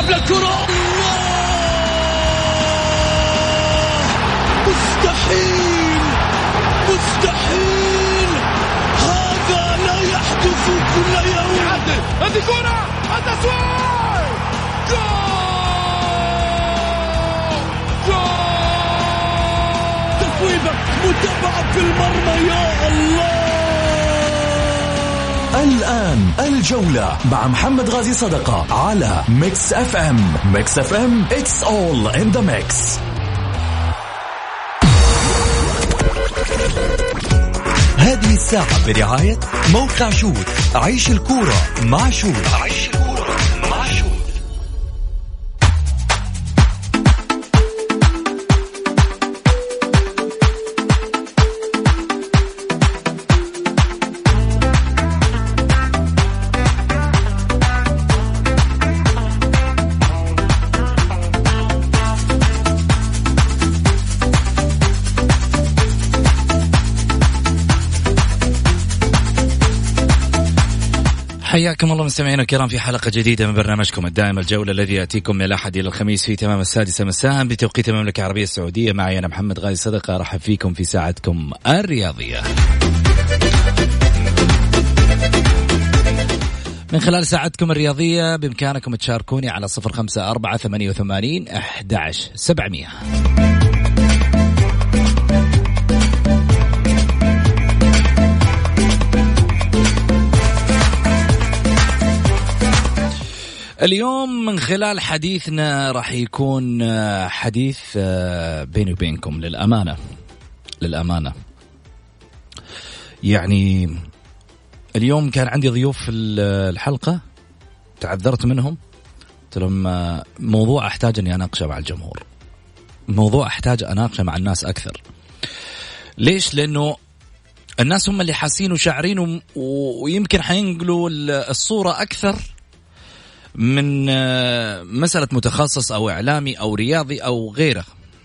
الكرة، مستحيل مستحيل، هذا لا يحدث كل يوم. هذه كرة التسويق، جول تصويبة متابعة في المرمى، يا الله. الآن الجولة مع محمد غازي صدقة على ميكس اف ام. ميكس اف ام it's all in the mix. هذه الساعة برعاية موقع شوت. عيش الكورة مع شوت. حياكم الله مستمعينا الكرام في حلقة جديدة من برنامجكم الدائم الجولة، الذي يأتيكم من الأحد إلى الخميس في تمام 6 مساء بتوقيت المملكة العربية السعودية. معي أنا محمد غازي صدقة، أرحب فيكم في ساعتكم الرياضية. من خلال ساعتكم الرياضية بإمكانكم تشاركوني على 0548811700. اليوم من خلال حديثنا راح يكون حديث بيني وبينكم للأمانة يعني اليوم كان عندي ضيوف في الحلقة، تعذرت منهم، قلت لهم موضوع أحتاج أني أناقشه مع الجمهور، موضوع أحتاج أناقشه مع الناس أكثر. ليش؟ لأنه الناس هم اللي حاسين وشاعرين ويمكن حينقلوا الصورة أكثر من مسألة متخصص أو إعلامي أو رياضي أو غيره.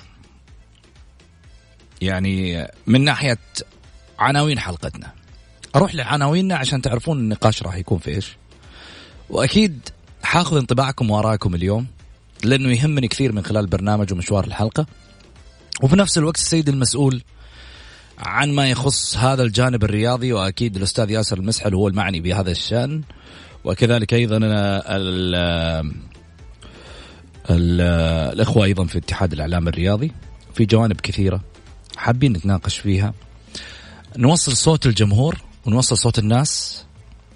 يعني من ناحية عناوين حلقتنا، أروح لعناويننا عشان تعرفون النقاش راح يكون في إيش. وأكيد حاخذ انطباعكم وراءكم اليوم، لأنه يهمني كثير من خلال برنامج ومشوار الحلقة، وفي نفس الوقت السيد المسؤول عن ما يخص هذا الجانب الرياضي، وأكيد الأستاذ ياسر المسحل هو المعني بهذا الشأن، وكذلك أيضا الأخوة أيضا في اتحاد الإعلام الرياضي. في جوانب كثيرة حابين نتناقش فيها، نوصل صوت الجمهور ونوصل صوت الناس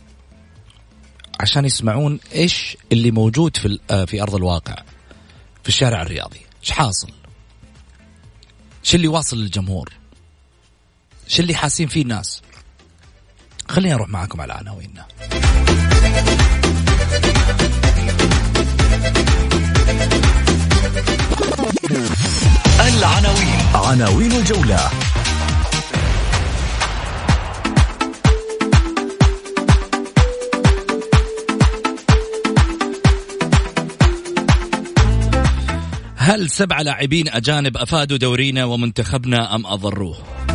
عشان يسمعون إيش اللي موجود في أرض الواقع، في الشارع الرياضي، إيش حاصل، إيش اللي واصل للجمهور، إيش اللي حاسين فيه الناس. خلينا نروح معكم على عناويننا. عناوين الجولة. هل 7 لاعبين أجانب أفادوا دورينا ومنتخبنا أم أضروه؟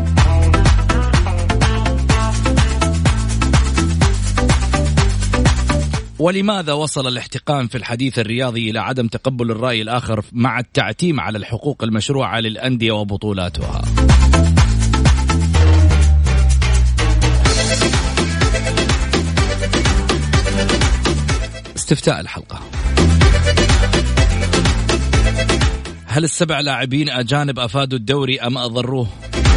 ولماذا وصل الاحتقان في الحديث الرياضي إلى عدم تقبل الرأي الآخر مع التعتيم على الحقوق المشروعة للأندية وبطولاتها؟ استفتاء الحلقة: هل 7 لاعبين أجانب أفادوا الدوري أم أضروه؟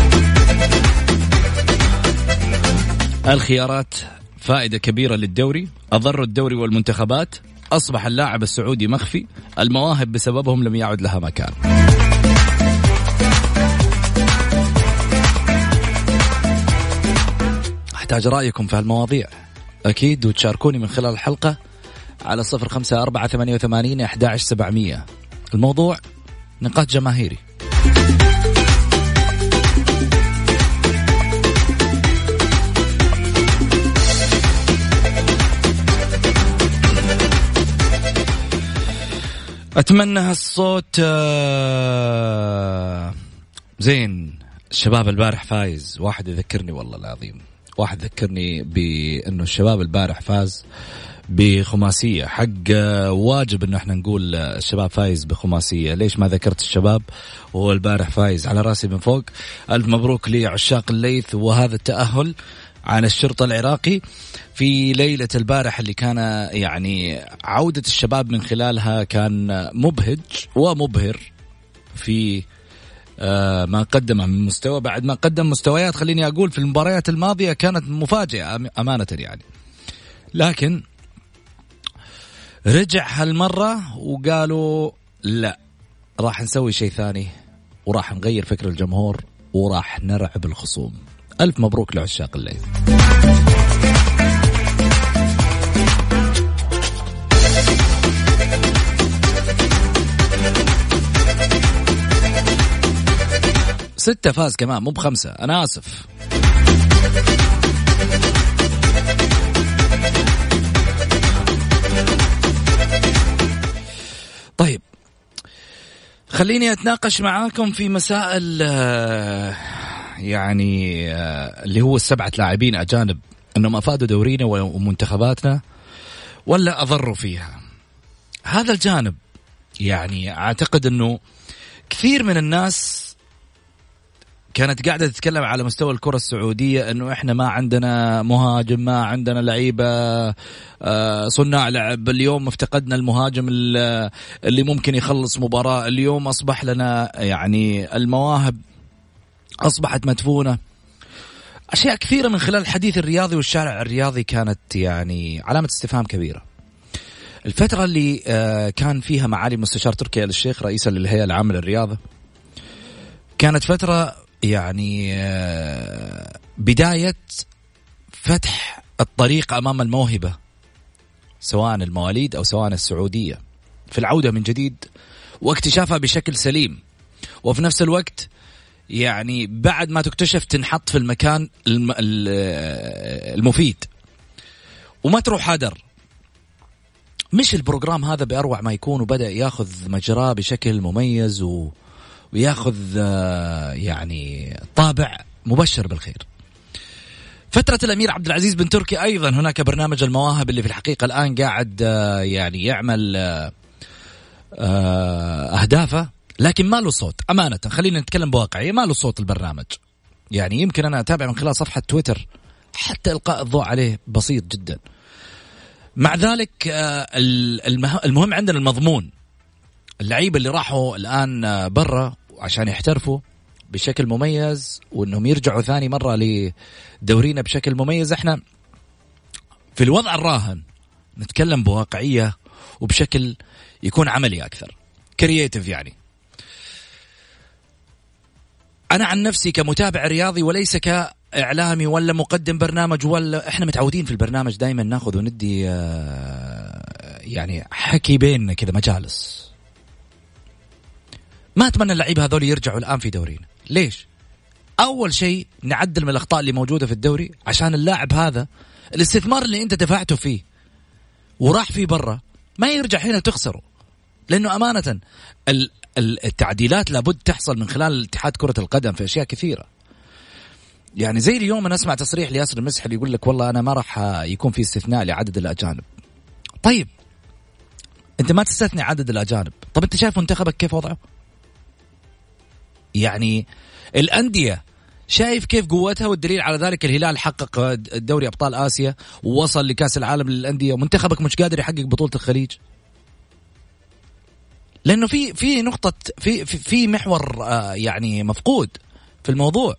الخيارات: فائدة كبيرة للدوري، أضر الدوري والمنتخبات، أصبح اللاعب السعودي مخفي، المواهب بسببهم لم يعد لها مكان. أحتاج رأيكم في هالمواضيع أكيد، وتشاركوني من خلال الحلقة على 0548811700. الموضوع نقاش جماهيري. أتمنى هالصوت زين. الشباب البارح فايز، واحد يذكرني والله العظيم، واحد ذكرني بأنه الشباب البارح فاز بخماسية حق واجب إنه إحنا نقول الشباب فايز بخماسية. ليش ما ذكرت الشباب وهو البارح فايز على راسي من فوق؟ ألف مبروك لعشاق الليث وهذا التأهل عن الشرطة العراقي في ليلة البارح اللي كان يعني عودة الشباب من خلالها كان مبهج ومبهر في ما قدمه من مستوى بعد ما قدم مستويات خليني أقول في المباريات الماضية كانت مفاجئة أمانة يعني. لكن رجع هالمرة وقالوا لا راح نسوي شيء ثاني وراح نغير فكر الجمهور وراح نرعب الخصوم. ألف مبروك لعشاق الليل. ستة فاز كمان مو بخمسة، أنا آسف. طيب خليني أتناقش معاكم في مسائل يعني اللي هو السبعة لاعبين أجانب أنهم أفادوا دورينا ومنتخباتنا ولا أضروا فيها. هذا الجانب يعني أعتقد أنه كثير من الناس كانت قاعدة تتكلم على مستوى الكرة السعودية أنه إحنا ما عندنا مهاجم، ما عندنا لعيبة صناع لعب. اليوم افتقدنا المهاجم اللي ممكن يخلص مباراة. اليوم أصبح لنا يعني المواهب أصبحت مدفونة. أشياء كثيرة من خلال الحديث الرياضي والشارع الرياضي كانت يعني علامة استفهام كبيرة. الفترة اللي كان فيها معالي مستشار تركي آل الشيخ رئيسا للهيئة العامة للرياضة كانت فترة يعني بداية فتح الطريق أمام الموهبة سواء المواليد أو سواء السعودية في العودة من جديد واكتشافها بشكل سليم، وفي نفس الوقت يعني بعد ما تكتشف تنحط في المكان المفيد وما تروح هدر. مش البروجرام هذا بأروع ما يكون وبدأ ياخذ مجراه بشكل مميز وياخذ يعني طابع مبشر بالخير. فترة الأمير عبد العزيز بن تركي أيضا هناك برنامج المواهب اللي في الحقيقة الآن قاعد يعني يعمل أهدافه، لكن ما له صوت أمانة. خلينا نتكلم بواقعية، ما له صوت البرنامج. يعني يمكن أنا أتابع من خلال صفحة تويتر حتى إلقاء الضوء عليه بسيط جدا. مع ذلك المهم عندنا المضمون. اللعيبة اللي راحوا الآن برا عشان يحترفوا بشكل مميز وأنهم يرجعوا ثاني مرة لدورينا بشكل مميز، احنا في الوضع الراهن نتكلم بواقعية وبشكل يكون عملي أكثر كرياتيف. يعني أنا عن نفسي كمتابع رياضي وليس كإعلامي ولا مقدم برنامج، ولا إحنا متعودين في البرنامج دايما ناخذ وندي يعني حكي بيننا كذا مجالس. ما أتمنى اللعيبة هذول يرجعوا الآن في دورينا. ليش؟ أول شيء نعدل من الأخطاء اللي موجودة في الدوري عشان اللاعب هذا الاستثمار اللي أنت دفعته فيه وراح فيه برا ما يرجع هنا تخسره. لأنه أمانة التعديلات لابد تحصل من خلال اتحاد كرة القدم في أشياء كثيرة. يعني زي اليوم أنا أسمع تصريح لياسر المسحل يقول لك والله أنا ما راح يكون في استثناء لعدد الأجانب. طيب أنت ما تستثني عدد الأجانب، طب أنت شايف منتخبك كيف وضعه؟ يعني الأندية شايف كيف قوتها، والدليل على ذلك الهلال حقق دوري أبطال آسيا ووصل لكأس العالم للأندية، ومنتخبك مش قادر يحقق بطولة الخليج. لأنه في نقطة في محور يعني مفقود في الموضوع.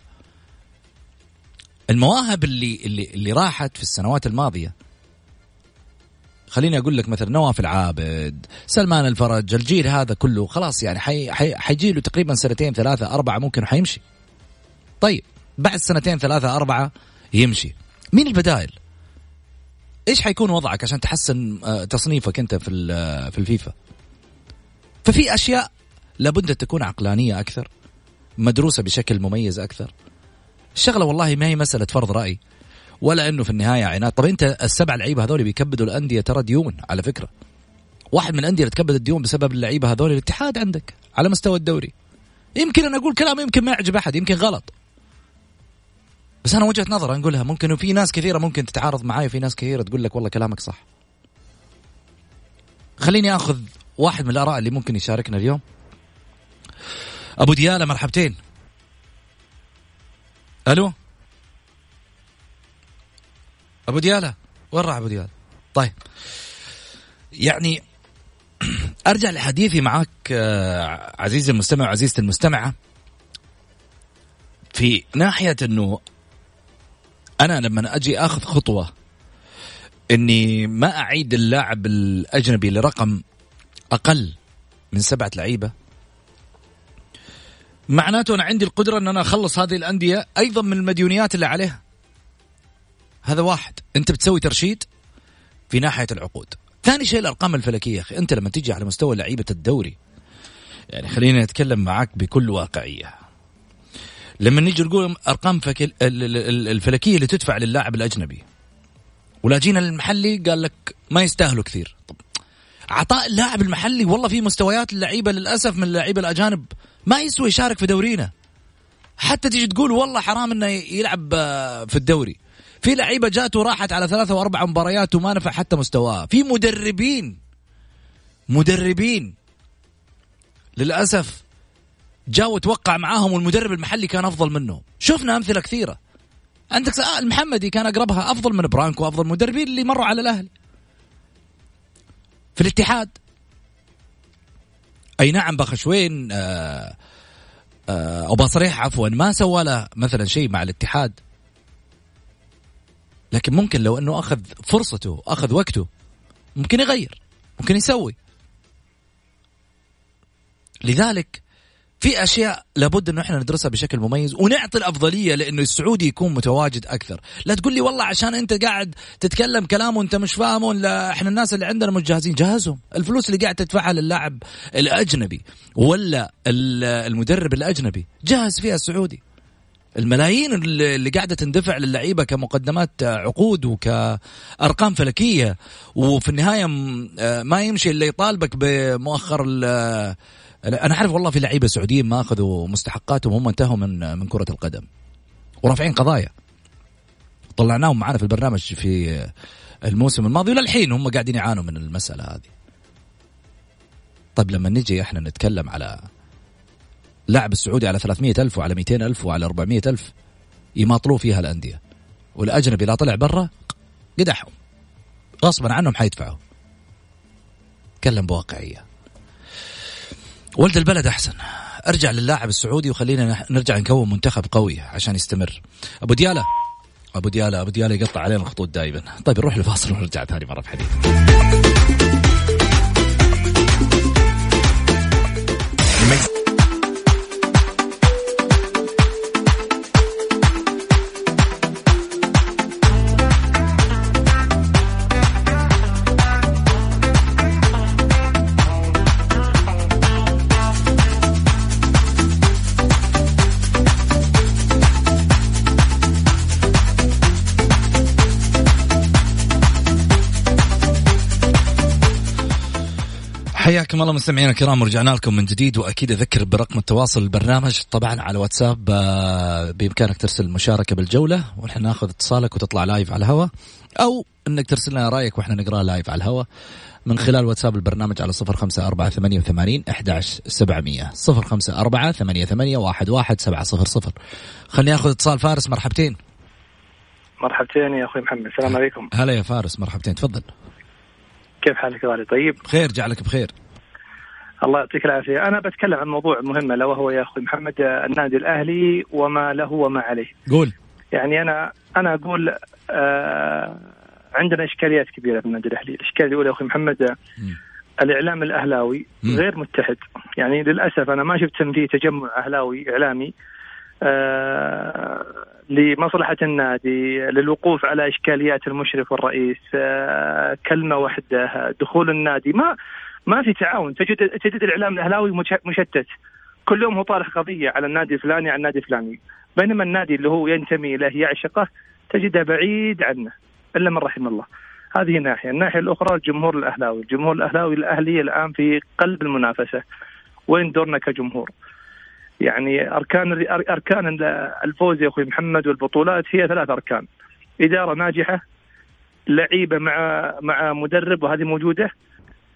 المواهب اللي راحت في السنوات الماضية، خليني أقول لك مثلا نواف العابد، سلمان الفرج، الجيل هذا كله خلاص يعني حيجي له تقريبا 2 3 4 ممكن حيمشي. طيب بعد 2 3 4 يمشي، مين البدائل؟ إيش حيكون وضعك عشان تحسن تصنيفك أنت في الفيفا؟ ففي أشياء لابد تكون عقلانية أكثر، مدروسة بشكل مميز أكثر. الشغلة والله ما هي مسألة فرض رأي ولا أنه في النهاية عناد. طب أنت السبع لعيبة هذول بيكبدوا الأندية ترى ديون على فكرة. واحد من الأندية اللي تكبد الديون بسبب اللعيبة هذول الاتحاد عندك على مستوى الدوري. يمكن أنا أقول كلام يمكن ما يعجب أحد، يمكن غلط، بس أنا وجهة نظر نقولها. ممكن وفي ناس كثيرة ممكن تتعارض معاي وفي ناس كثيرة تقول لك والله كلامك صح. خليني أخذ واحد من الآراء اللي ممكن يشاركنا اليوم. أبو ديالة مرحبتين. ألو أبو ديالة، وين راح أبو ديالة؟ طيب يعني أرجع لحديثي معك عزيزي المستمع وعزيزتي المستمعة، في ناحية أنه أنا لما أجي أخذ خطوة إني ما أعيد اللاعب الأجنبي لرقم أقل من 7 لعيبة، معناته أنا عندي القدرة أن أنا أخلص هذه الأندية أيضا من المديونيات اللي عليها. هذا واحد. أنت بتسوي ترشيد في ناحية العقود. ثاني شيء الأرقام الفلكية. أخي أنت لما تيجي على مستوى لعيبة الدوري، يعني خلينا نتكلم معك بكل واقعية، لما نيجي نقول أرقام الفلكية اللي تدفع للاعب الأجنبي، ولا جينا المحلي قال لك ما يستاهلوا كثير. طب عطاء اللاعب المحلي والله في مستويات اللعيبة للأسف من اللعيبة الأجانب ما يسوي يشارك في دورينا. حتى تيجي تقول والله حرام إنه يلعب في الدوري. في لعيبة جات وراحت على 3 و4 مباريات وما نفع حتى مستواها. في مدربين للأسف جاء وتوقع معاهم والمدرب المحلي كان أفضل منه. شفنا أمثلة كثيرة. عندك المحمدي كان أقربها، أفضل من برانكو، أفضل مدربين اللي مروا على الأهلي. في الاتحاد أي نعم بخشوين أو بصريح عفوا ما سوى له مثلا شيء مع الاتحاد، لكن ممكن لو أنه أخذ فرصته أخذ وقته ممكن يغير، ممكن يسوي. لذلك في أشياء لابد أنه إحنا ندرسها بشكل مميز ونعطي الأفضلية لأنه السعودي يكون متواجد أكثر. لا تقول لي والله عشان أنت قاعد تتكلم كلام وأنت مش فاهمه، لا إحنا الناس اللي عندنا مش جاهزين. جهزهم. الفلوس اللي قاعد تدفعها للاعب الأجنبي ولا المدرب الأجنبي جاهز فيها السعودي. الملايين اللي قاعدة تندفع للعيبة كمقدمات عقود وكأرقام فلكية، وفي النهاية ما يمشي اللي يطالبك بمؤخر. أنا أعرف والله في لعيبة سعوديين ما أخذوا مستحقاتهم وهم انتهوا من كرة القدم ورافعين قضايا، طلعناهم معنا في البرنامج في الموسم الماضي وللحين هم قاعدين يعانوا من المسألة هذه. طيب لما نجي إحنا نتكلم على لاعب السعودي على 300,000 وعلى 200,000 وعلى 400,000 يماطلوا فيها الأندية، والأجنبي لا طلع برا قدحهم غصبا عنهم حيدفعوا. تكلم بواقعية. ولد البلد أحسن. أرجع للاعب السعودي وخلينا نرجع نكون منتخب قوي عشان يستمر. أبو ديالة يقطع علينا الخطوط دائما. طيب نروح لفاصل ونرجع ثاني مرة في حديث. حياكم الله مستمعينا الكرام، ورجعنا لكم من جديد. وأكيد أذكر برقم التواصل البرنامج طبعا على واتساب، بإمكانك ترسل مشاركة بالجولة ونحن ناخذ اتصالك وتطلع لايف على الهواء، أو أنك ترسل لنا رأيك وإحنا نقرأ لايف على الهواء من خلال واتساب البرنامج على 0548811700 0548811700. خليني أخذ اتصال. فارس مرحبتين. مرحبتين يا أخوي محمد. السلام عليكم. هلا يا فارس مرحبتين، تفضل. كيف حالك يا غالي؟ طيب بخير، جعلك بخير. الله يعطيك العافية. أنا بتكلم عن موضوع مهم لا وهو يا أخوي محمد النادي الأهلي وما له وما عليه. قول. يعني أنا أقول عندنا إشكاليات كبيرة في النادي الأهلي. الإشكال الأولى يا أخوي محمد الإعلام الأهلاوي غير متحد. يعني للأسف أنا ما شفت فيه تجمع أهلاوي إعلامي لمصلحة النادي للوقوف على إشكاليات المشرف والرئيس. كلمة واحدة، دخول النادي، ما في تعاون. تجد الإعلام الأهلاوي مشتت، كل يوم هو طارح قضية على النادي الفلاني على النادي الفلاني، بينما النادي اللي هو ينتمي له يعشقه تجده بعيد عنه إلا من رحم الله. هذه ناحية. الناحية الأخرى الجمهور الأهلاوي. الجمهور الأهلاوي الأهلي الآن في قلب المنافسة. وين دورنا كجمهور؟ يعني أركان الفوز يا أخوي محمد والبطولات هي 3 أركان: إدارة ناجحة، لعيبة مع مدرب وهذه موجودة،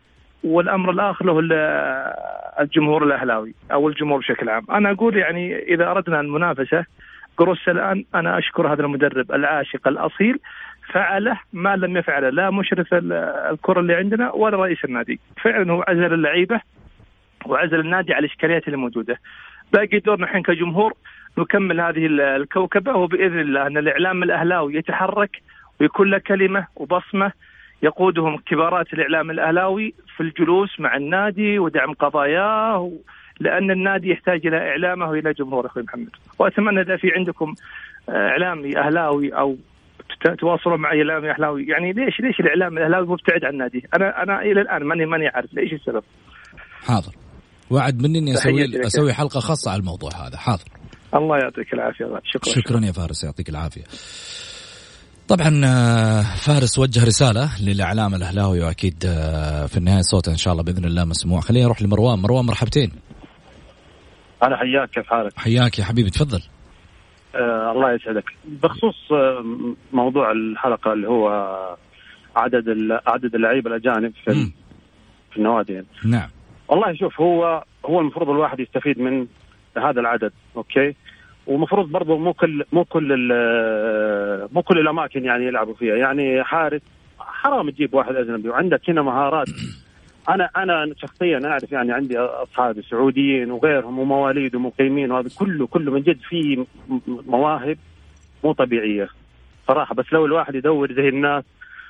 والأمر الآخر له الجمهور الأهلاوي أو الجمهور بشكل عام. أنا أقول يعني إذا أردنا المنافسة قروس الآن، أنا أشكر هذا المدرب العاشق الأصيل، فعله ما لم يفعله لا مشرف الكرة اللي عندنا ولا رئيس النادي. فعلا هو عزل اللعيبة وعزل النادي على الإشكاليات اللي موجودة. باقي دورنا الحين كجمهور نكمل هذه الكوكبة، وبإذن الله أن الإعلام الأهلاوي يتحرك ويكون له كلمة وبصمة يقودهم كبارات الإعلام الأهلاوي في الجلوس مع النادي ودعم قضاياه، لأن النادي يحتاج إلى إعلامه وإلى جمهوره أخوي محمد. وأتمنى إذا في عندكم إعلامي أهلاوي أو تواصلوا مع إعلامي أهلاوي، يعني ليش الإعلام الأهلاوي مبتعد عن النادي؟ أنا إلى الآن ماني عارف ليش السبب. حاضر، وعد مني إني أسوي حلقة خاصة على الموضوع هذا. حاضر، الله يعطيك العافية. شكرا يا فارس، يعطيك العافية. طبعا فارس وجه رسالة للإعلام الأهلاوي، وأكيد في النهاية صوته إن شاء الله بإذن الله مسموع. خلينا نروح لمروان. مرحبتين. أنا حياك، كيف حالك؟ حياك يا حبيبي، تفضل. الله يسعدك. بخصوص موضوع الحلقة اللي هو عدد اللعيبة الأجانب في النوادي. نعم. والله شوف، هو المفروض الواحد يستفيد من هذا العدد، أوكي، ومفروض برضو مو كل الأماكن يعني يلعبوا فيها. يعني حارس حرام تجيب واحد أجنبي وعندك هنا مهارات. أنا شخصيا أعرف، يعني عندي أصحاب سعوديين وغيرهم ومواليد ومقيمين، وهذا كله من جد في مواهب مو طبيعية صراحة. بس لو الواحد يدور زي الناس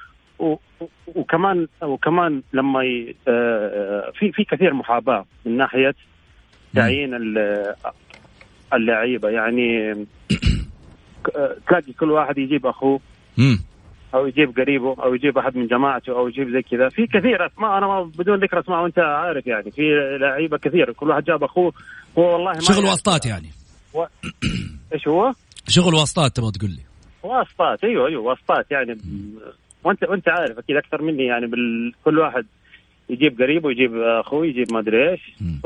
وكمان لما في كثير محاباة من ناحية تعيين اللعيبة. يعني تلاقي كل واحد يجيب أخوه أو يجيب قريبه أو يجيب أحد من جماعته أو يجيب زي كذا. في كثير أسماء، أنا بدون ذكر أسماء وأنت عارف، يعني في لعيبة كثير كل واحد جاب أخوه. هو والله شغل واسطات يعني. إيش هو؟ شغل واسطات تبغى تقول لي؟ واسطات، أيوه واسطات يعني. وأنت عارف أكيد أكثر مني، يعني كل واحد يجيب قريبه يجيب أخوه يجيب ما أدري إيش.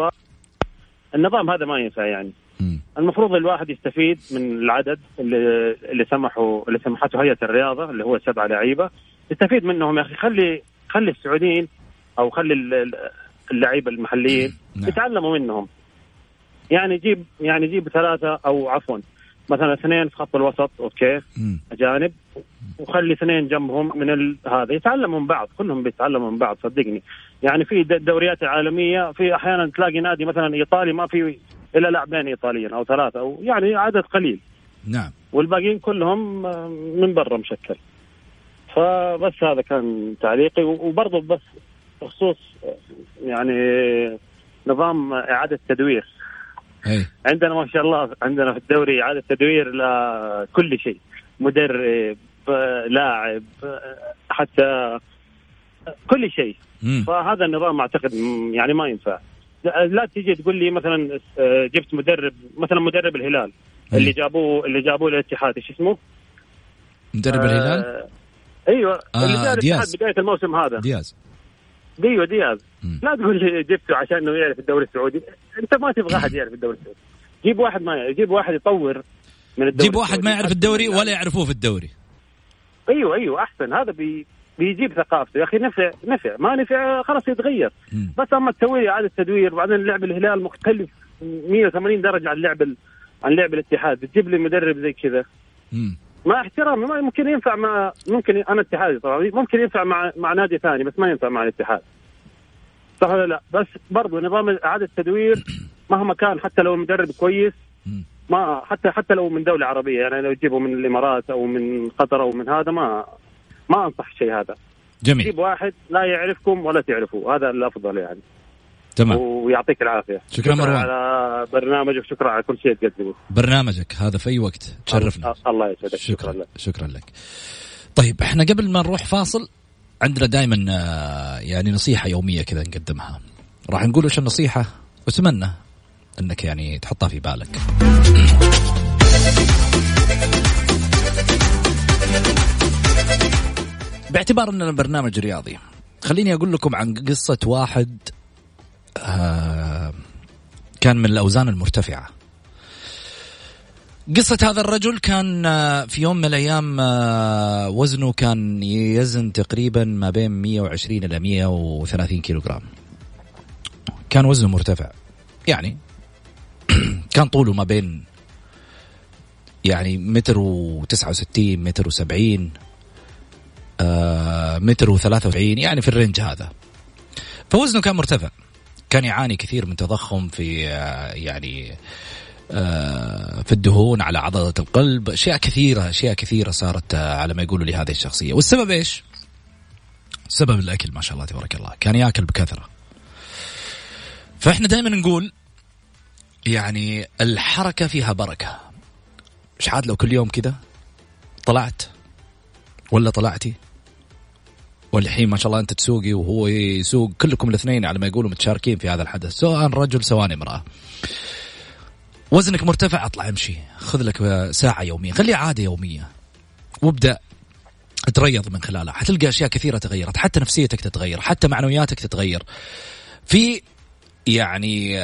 النظام هذا ما ينفع يعني. المفروض الواحد يستفيد من العدد اللي سمحته هيئة الرياضة اللي هو 7 لعيبة، يستفيد منهم يا أخي. خلي السعوديين أو خلي اللعيبة المحليين يتعلموا منهم. يعني جيب 3 أو عفوا مثلا 2 في خط الوسط، أوكي، أجانب، وخلي 2 جنبهم من هذا يتعلموا من بعض. كلهم بيتعلموا من بعض صدقني. يعني في الدوريات العالمية في أحيانا تلاقي نادي مثلا إيطالي ما في إلا لاعبين إيطاليين أو 3 أو يعني عدد قليل. نعم. والباقيين كلهم من برا مشكل. فبس هذا كان تعليقي. وبرضه بس بخصوص يعني نظام إعادة تدوير. عندنا ما شاء الله عندنا في الدوري إعادة تدوير لكل شيء، مدرب، لاعب، حتى كل شيء. فهذا النظام أعتقد يعني ما ينفع. لا تيجي تقول لي مثلا جبت مدرب، مثلا مدرب الهلال اللي جابوه للاتحاد، ايش اسمه؟ مدرب الهلال؟ ايوه اللي جاء الاتحاد بداية الموسم هذا، دياز. لا تقول لي جبته عشان انه يعرف الدوري السعودي. انت ما تبغى احد يعرف الدوري السعودي. جيب واحد يطور من الدوري. جيب واحد ما يعرف الدوري ولا يعرفوه في الدوري. ايوه احسن. هذا بيجيب ثقافته يا اخي. نفع ما نفع خلاص يتغير. بس اما تسوي اعاده تدوير وبعدين لعب الهلال مختلف 180 درجه عن لعب الاتحاد، بتجيب لي مدرب زي كذا مع احترامي ما ممكن ينفع ممكن انا اتحادي طبعا ممكن ينفع مع نادي ثاني، بس ما ينفع مع الاتحاد، صح ولا لا؟ بس برضو نظام اعاده التدوير مهما كان، حتى لو المدرب كويس، ما حتى لو من دوله عربيه، يعني لو تجيبه من الامارات او من قطر او من هذا، ما انصح شيء هذا. جميل. جيب واحد لا يعرفكم ولا تعرفوه، هذا الافضل يعني. تمام. ويعطيك العافيه. شكرا مروان على برنامجك، شكرا على كل شيء تقدمه. برنامجك هذا في اي وقت تشرفنا. الله يسعدك. شكرا لك. طيب احنا قبل ما نروح فاصل عندنا دائما يعني نصيحه يوميه كذا نقدمها، راح نقول وش النصيحه واتمنى انك يعني تحطها في بالك. باعتبار أننا برنامج رياضي، خليني أقول لكم عن قصة واحد كان من الأوزان المرتفعة. قصة هذا الرجل كان في يوم من الأيام وزنه كان يزن تقريبا ما بين 120 إلى 130 كيلوغرام. كان وزنه مرتفع يعني كان طوله ما بين يعني 1.69 1.70 1.73 يعني في الرينج هذا. فوزنه كان مرتفع، كان يعاني كثير من تضخم في يعني في الدهون على عضلة القلب، أشياء كثيرة صارت على ما يقولوا لهذه الشخصية. والسبب إيش؟ سبب الأكل ما شاء الله تبارك الله، كان يأكل بكثرة. فإحنا دائما نقول يعني الحركة فيها بركة. مش عاد لو كل يوم كذا طلعت ولا طلعتي، والحين ما شاء الله أنت تسوقي وهو يسوق، كلكم الاثنين على ما يقولوا متشاركين في هذا الحدث، سواء رجل سواء امرأة. وزنك مرتفع، اطلع امشي، خذ لك ساعة يوميا، خليها عادة يومية، وابدأ تريض من خلالها. حتلقى أشياء كثيرة تغيرت، حتى نفسيتك تتغير، حتى معنوياتك تتغير. في يعني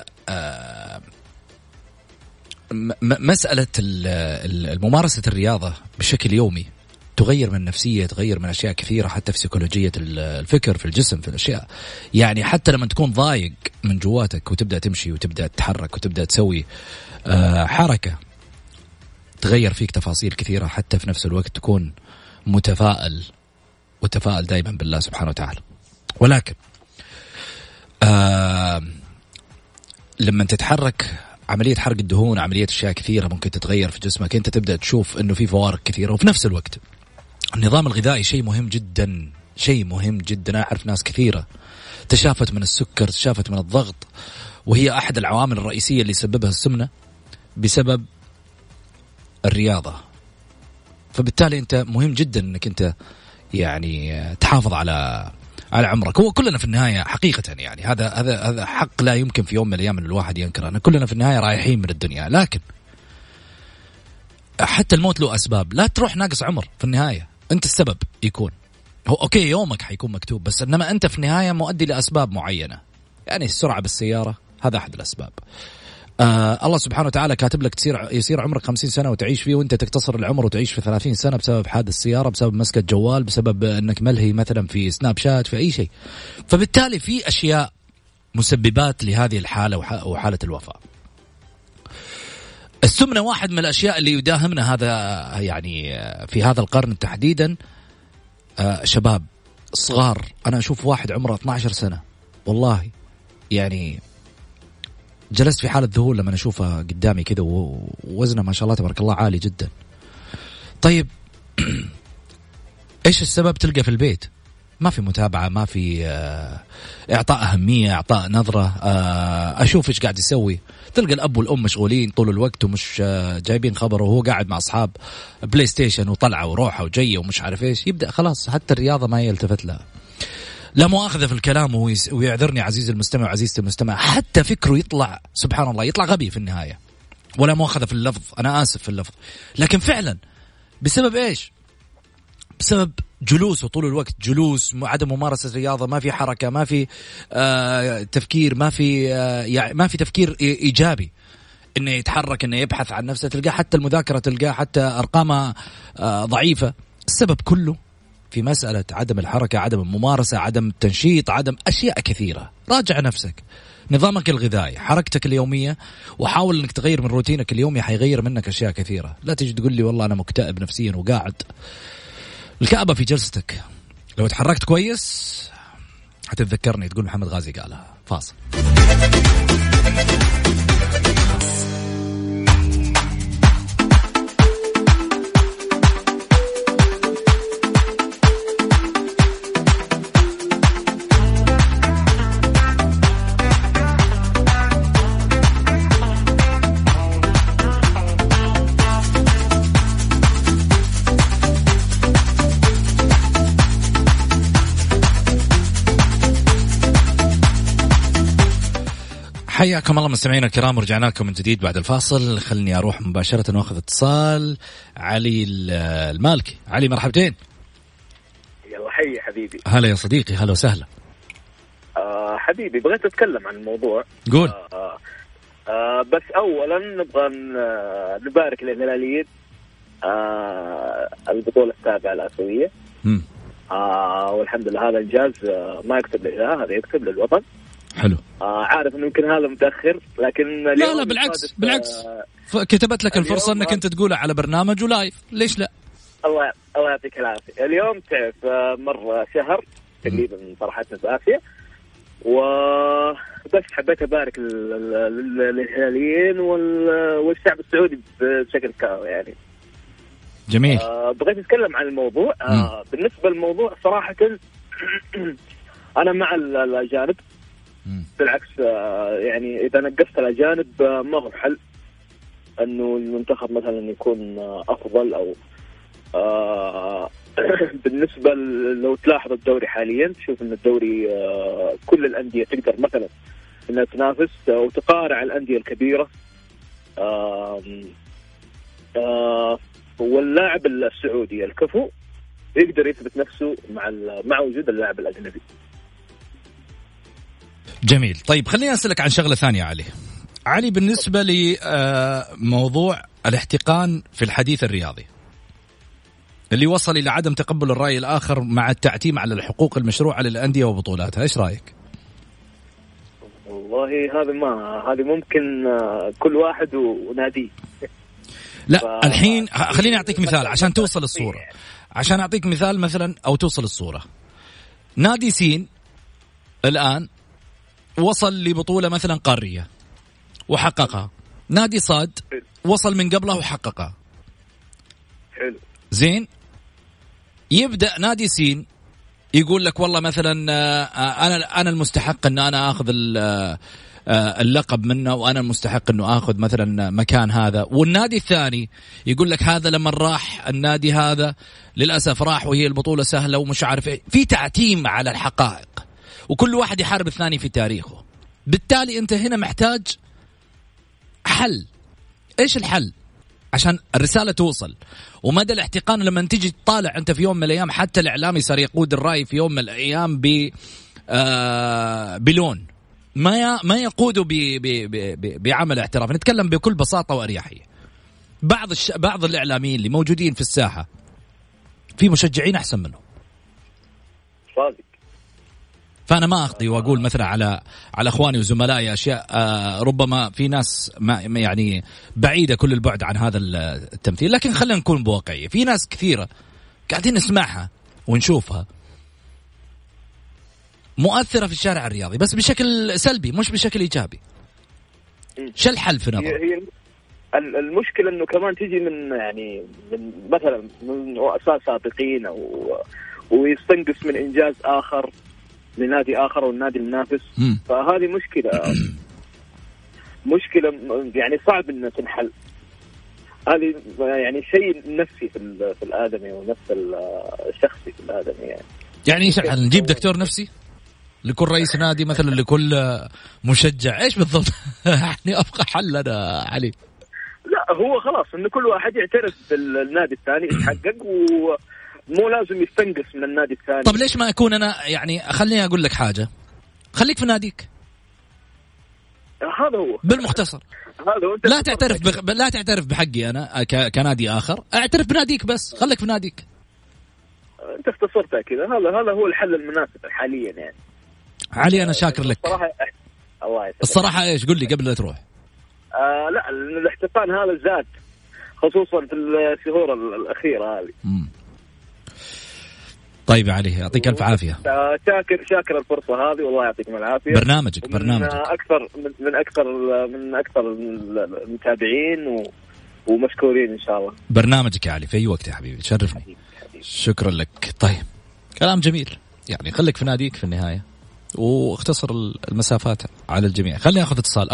مسألة الممارسة الرياضة بشكل يومي تغير من النفسية، تغير من أشياء كثيرة، حتى في سيكولوجية الفكر، في الجسم، في الأشياء. يعني حتى لما تكون ضايق من جواتك وتبدأ تمشي وتبدأ تتحرك وتبدأ تسوي حركة، تغير فيك تفاصيل كثيرة. حتى في نفس الوقت تكون متفائل وتفائل دائما بالله سبحانه وتعالى. ولكن لما تتحرك، عملية حرق الدهون، عملية أشياء كثيرة ممكن تتغير في جسمك، أنت تبدأ تشوف أنه في فوارق كثيرة. وفي نفس الوقت النظام الغذائي شيء مهم جدا، شيء مهم جدا. أعرف ناس كثيرة تشافت من السكر، تشافت من الضغط، وهي أحد العوامل الرئيسية اللي سببها السمنة بسبب الرياضة. فبالتالي أنت مهم جدا أنك أنت يعني تحافظ على عمرك. هو كلنا في النهاية حقيقة يعني هذا حق لا يمكن في يوم من الأيام أن الواحد ينكره، أن كلنا في النهاية رايحين من الدنيا. لكن حتى الموت له أسباب، لا تروح ناقص عمر في النهاية، أنت السبب يكون هو أوكي، يومك حيكون مكتوب، بس إنما أنت في النهاية مؤدي لأسباب معينة. يعني السرعة بالسيارة هذا أحد الأسباب. الله سبحانه وتعالى كاتب لك يصير عمرك 50 سنة وتعيش فيه، وانت تقتصر العمر وتعيش في 30 سنة بسبب حادث السيارة، بسبب مسكة جوال، بسبب انك ملهي مثلا في سناب شات، في اي شيء. فبالتالي في اشياء مسببات لهذه الحالة وحالة الوفاة. السمنة واحد من الاشياء اللي يداهمنا هذا يعني في هذا القرن تحديدا. شباب صغار، انا اشوف واحد عمره 12 سنة والله يعني جلست في حالة ذهول لما أشوفها قدامي كذا، ووزنه ما شاء الله تبارك الله عالي جدا. طيب إيش السبب؟ تلقى في البيت ما في متابعة، ما في إعطاء أهمية، إعطاء نظرة، أشوف إيش قاعد يسوي. تلقى الأب والأم مشغولين طول الوقت ومش جايبين خبره، وهو قاعد مع أصحاب بلاي ستيشن وطلعة وروحة وجية ومش عارف إيش. يبدأ خلاص حتى الرياضة ما يلتفت لها. لا مؤاخذة في الكلام ويعذرني عزيزي المستمع وعزيزتي المستمع، حتى فكره يطلع سبحان الله يطلع غبي في النهاية. ولا مؤاخذة في اللفظ، أنا آسف في اللفظ، لكن فعلا بسبب إيش؟ بسبب جلوسه طول الوقت، جلوس، عدم ممارسة الرياضة، ما في حركة، ما في تفكير، ما في يعني ما في تفكير إيجابي إنه يتحرك، إنه يبحث عن نفسه. تلقاه حتى المذاكرة تلقاه حتى أرقامها ضعيفة. السبب كله في مسألة عدم الحركة، عدم الممارسة، عدم التنشيط، عدم أشياء كثيرة. راجع نفسك، نظامك الغذائي، حركتك اليومية، وحاول أنك تغير من روتينك اليومي، حيغير منك أشياء كثيرة. لا تجي تقول لي والله أنا مكتئب نفسيا وقاعد. الكآبة في جلستك، لو تحركت كويس هتتذكرني تقول محمد غازي قالها. فاصل. حياكم الله مستمعينا الكرام، ورجعنا لكم من جديد بعد الفاصل. خلني أروح مباشرة وأخذ اتصال. علي المالكي. علي مرحبتين. يلا حي حبيبي. هلا يا صديقي، هلا وسهلا. حبيبي بغيت أتكلم عن الموضوع. قول. بس أولا نبغى نبارك للهلاليين البطولة السابعة الآسيوية. والحمد لله هذا إنجاز ما يكتب لله، هذا يكتب للوطن. حلو. عارف إنه يمكن هذا متأخر، لكن لا بالعكس كتبت لك الفرصة إنك أنت تقولها على برنامج ولايف، ليش لا؟ الله يعطيك العافية. اليوم تعرف مر شهر تقريبا فرحتنا بآسيا، وبس حبيت أبارك للهلاليين والشعب السعودي بشكل كامل يعني. جميل. بغيت أتكلم عن الموضوع. بالنسبة للموضوع صراحة أنا مع الأجانب. بالعكس يعني إذا نقصت الأجانب ما هو حل أنه المنتخب مثلا يكون أفضل أو بالنسبة لو تلاحظ الدوري حاليا تشوف أن الدوري كل الأندية تقدر مثلا أنها تنافس وتقارع الأندية الكبيرة. واللاعب السعودي الكفو يقدر يثبت نفسه مع وجود اللاعب الأجنبي. جميل. طيب خليني أسألك عن شغلة ثانية علي بالنسبة لموضوع الاحتقان في الحديث الرياضي اللي وصل إلى عدم تقبل الرأي الآخر مع التعتيم على الحقوق المشروعة للأندية وبطولاتها، إيش رأيك؟ والله هذه ممكن كل واحد وناديه. لا الحين خليني أعطيك مثال عشان توصل الصورة، عشان أعطيك مثال مثلا أو توصل الصورة. نادي سين الآن وصل لبطولة مثلا قارية وحققها، نادي صاد وصل من قبله وحققها. حلو. زين، يبدأ نادي سين يقول لك والله مثلا أنا المستحق أن أنا أخذ اللقب منه، وأنا المستحق أنه أخذ مثلا مكان هذا، والنادي الثاني يقول لك هذا لما راح النادي هذا للأسف راح وهي البطولة سهلة ومش عارف إيه. في تعتيم على الحقائق وكل واحد يحارب الثاني في تاريخه. بالتالي أنت هنا محتاج حل. إيش الحل عشان الرسالة توصل؟ ومدى الاحتقان لما تيجي تطالع أنت في يوم من الأيام، حتى الإعلامي صار يقود الرأي في يوم من الأيام بلون ما يقوده بعمل احتراف. نتكلم بكل بساطة وأريحية. بعض الإعلاميين اللي موجودين في الساحة في مشجعين أحسن منهم. صادق. فأنا ما أخطي وأقول مثلا على أخواني وزملائي أشياء ربما في ناس ما يعني بعيدة كل البعد عن هذا التمثيل، لكن خلينا نكون بواقعية. في ناس كثيرة قاعدين نسمعها ونشوفها مؤثرة في الشارع الرياضي بس بشكل سلبي مش بشكل إيجابي. شو الحل في نظرك؟ هي المشكلة إنه كمان تيجي من مثلا من رؤساء سابقين ويستنقص من إنجاز آخر لنادي آخر والنادي المنافس. فهذه مشكلة يعني صعب إنها تنحل. هذه يعني شيء نفسي في الآدمي ونفس الشخصي في الآدمي يعني إيش الحل؟ نجيب دكتور نفسي لكل رئيس نادي مثلا، لكل مشجع؟ إيش بالضبط يعني أبقى حل أنا علي؟ لا هو خلاص إن كل واحد يعترف بالنادي الثاني يتحقق ومو لازم يستنقص من النادي الثاني. طب ليش ما أكون أنا يعني خليني أقول لك حاجة، خليك في ناديك. هذا هو بالمختصر. هذا لا تعترف بحقي أنا كنادي آخر، اعترف بناديك بس، خليك في ناديك. أنت اختصرتها كذا. هذا هو الحل المناسب حاليا يعني. علي أنا شاكر لك الصراحة. إيش قل لي قبل لا تروح؟ لا الاحتقان هذا زاد خصوصا في الشهور الأخيرة هذه. طيب علي يعطيك ألف عافية. شاكر الفرصة هذه والله يعطيكم العافية. برنامجك من أكثر المتابعين ومشكورين إن شاء الله. برنامجك يا علي في أي وقت يا حبيبي، تشرفني. شكرا لك. طيب كلام جميل يعني، خليك في ناديك في النهاية واختصر المسافات على الجميع. خليني أخذ اتصال.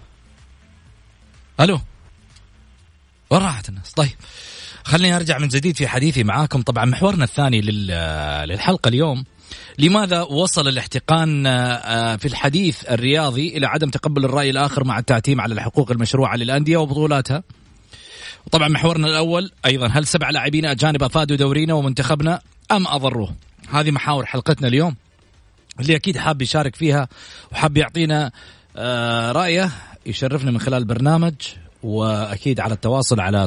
ألو وين راحت الناس؟ طيب خليني أرجع من جديد في حديثي معاكم. طبعا محورنا الثاني للحلقة اليوم، لماذا وصل الاحتقان في الحديث الرياضي إلى عدم تقبل الرأي الآخر مع التعتيم على الحقوق المشروعة للأندية وبطولاتها. وطبعا محورنا الأول أيضا، هل 7 لاعبين أجانب أفادوا دورينا ومنتخبنا أم أضروه؟ هذه محاور حلقتنا اليوم، اللي أكيد حاب يشارك فيها وحاب يعطينا رأيه يشرفنا من خلال البرنامج، وأكيد على التواصل على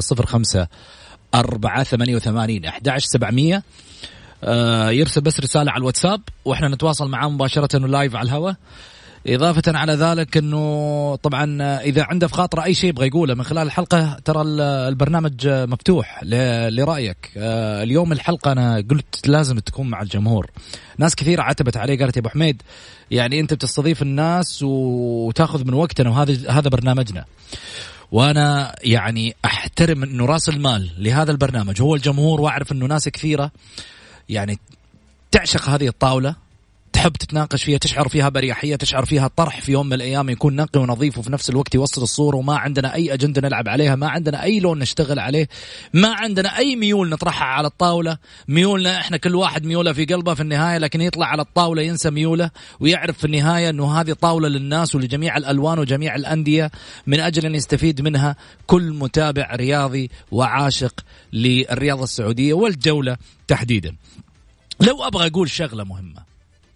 0548811700. يرسل بس رسالة على الواتساب وإحنا نتواصل معاه مباشرة لايف على الهواء. إضافة على ذلك أنه طبعا إذا عنده في خاطر أي شيء يبغى يقوله من خلال الحلقة، ترى البرنامج مفتوح لرأيك. اليوم الحلقة أنا قلت لازم تكون مع الجمهور. ناس كثيرة عتبت عليه، قالت يا أبو حميد يعني أنت بتستضيف الناس وتأخذ من وقتنا، وهذا برنامجنا. وأنا يعني أحترم أنه رأس المال لهذا البرنامج هو الجمهور، وأعرف أنه ناس كثيرة يعني تعشق هذه الطاولة، تحب تتناقش فيها، تشعر فيها بريحية، تشعر فيها طرح في يوم من الأيام يكون نقي ونظيف، وفي نفس الوقت يوصل الصورة، وما عندنا أي أجندة نلعب عليها، ما عندنا أي لون نشتغل عليه، ما عندنا أي ميول نطرحها على الطاولة. ميولنا إحنا كل واحد ميوله في قلبه في النهاية، لكن يطلع على الطاولة ينسى ميوله، ويعرف في النهاية أنه هذه طاولة للناس ولجميع الألوان وجميع الأندية، من أجل أن يستفيد منها كل متابع رياضي وعاشق للرياضة السعودية والجولة تحديدا. لو أبغى أقول شغلة مهمة،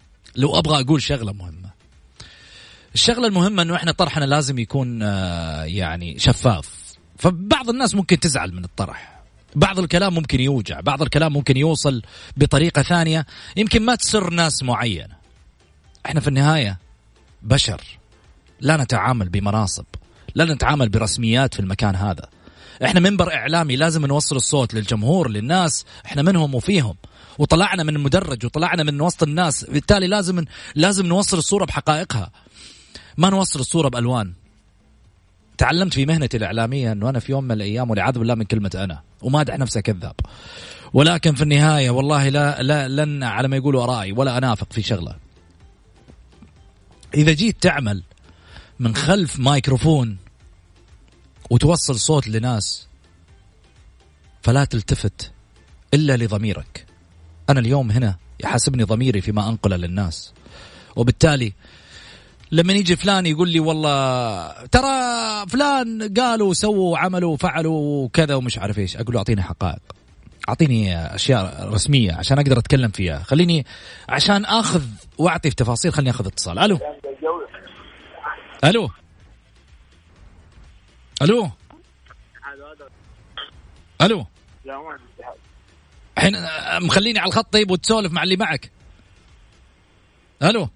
الشغلة المهمة أنه إحنا طرحنا لازم يكون يعني شفاف. فبعض الناس ممكن تزعل من الطرح، بعض الكلام ممكن يوجع، بعض الكلام ممكن يوصل بطريقة ثانية يمكن ما تسر ناس معينة. إحنا في النهاية بشر، لا نتعامل بمناصب، لا نتعامل برسميات في المكان هذا. إحنا منبر إعلامي، لازم نوصل الصوت للجمهور، للناس، إحنا منهم وفيهم، وطلعنا من المدرج وطلعنا من وسط الناس، بالتالي لازم نوصل الصورة بحقائقها، ما نوصل الصورة بألوان. تعلمت في مهنتي الإعلامية أنه أنا في يوم من الأيام، والعياذ بالله من كلمة أنا، وما أدع نفسه كذاب، ولكن في النهاية والله لن على ما يقولوا أرائي ولا أنافق في شغلة. إذا جيت تعمل من خلف مايكروفون وتوصل صوت لناس، فلا تلتفت إلا لضميرك. أنا اليوم هنا يحاسبني ضميري فيما أنقله للناس، وبالتالي لما يجي فلان يقول لي والله ترى فلان قالوا سووا عملوا فعلوا كذا ومش عارف إيش، أقول له أعطيني حقائق، أعطيني أشياء رسمية عشان أقدر أتكلم فيها، خليني عشان أخذ وأعطي في تفاصيل. خليني أخذ اتصال. ألو ألو ألو ألو، الحين مخليني على الخط طيب وتسولف مع اللي معك. ألو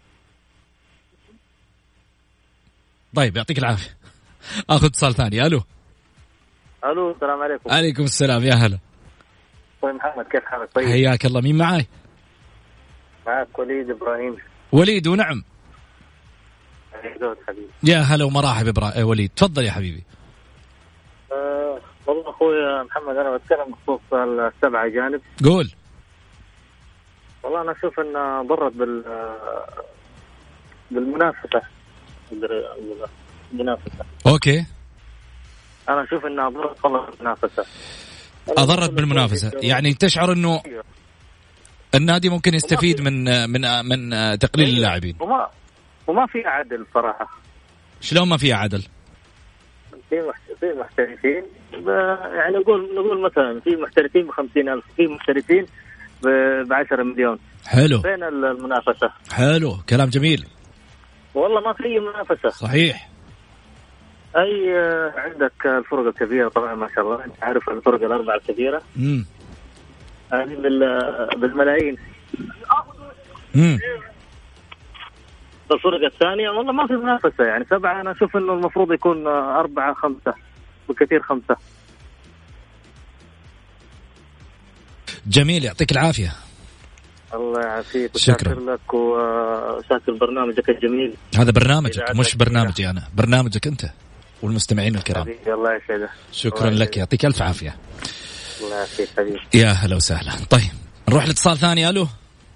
طيب يعطيك العافية. أخذ اتصال ثاني. ألو السلام عليكم. عليكم السلام، يا هلا. طيب محمد كيف حالك؟ طيب حياك الله. مين معاي؟ معك وليد إبراهيم. وليد ونعم. حبيبي يا هلا ومراحب وليد، تفضل يا حبيبي. والله أخوي محمد أنا بتكلم بخصوص السبعة أجانب. قول. والله أنا أشوف إنه ضرت بالمنافسة. أوكي. أنا أشوف إنها ضرت والله بالمنافسة. أضرت بالمنافسة، يعني تشعر إنه النادي ممكن يستفيد من تقليل اللاعبين. وما في عدل صراحة. شلون ما في عدل؟ في محترفين يعني نقول مثلا في محترفين ب50,000، في محترفين ب10 مليون. حلو. فين المنافسة؟ حلو، كلام جميل. والله ما في منافسة. صحيح. أي عندك الفرق الكبيرة طبعا ما شاء الله، أنت عارف الفرق الأربعة الكبيرة هذه بالملايين. الفرق الثانية والله ما في منافسة، يعني 7 أنا أشوف إنه المفروض يكون 4 5 بكثير 5. جميل، يعطيك العافية. الله يعافيك. شكرا لك وشاكر برنامجك الجميل. هذا برنامجك مش برنامجي أنا، برنامجك أنت والمستمعين الكرام. حبيبي الله يسعدك. شكرا لك، يعطيك ألف عافية. الله يعافيك حبيبي. يا هلا وسهلا. طيب نروح لاتصال ثاني. ألو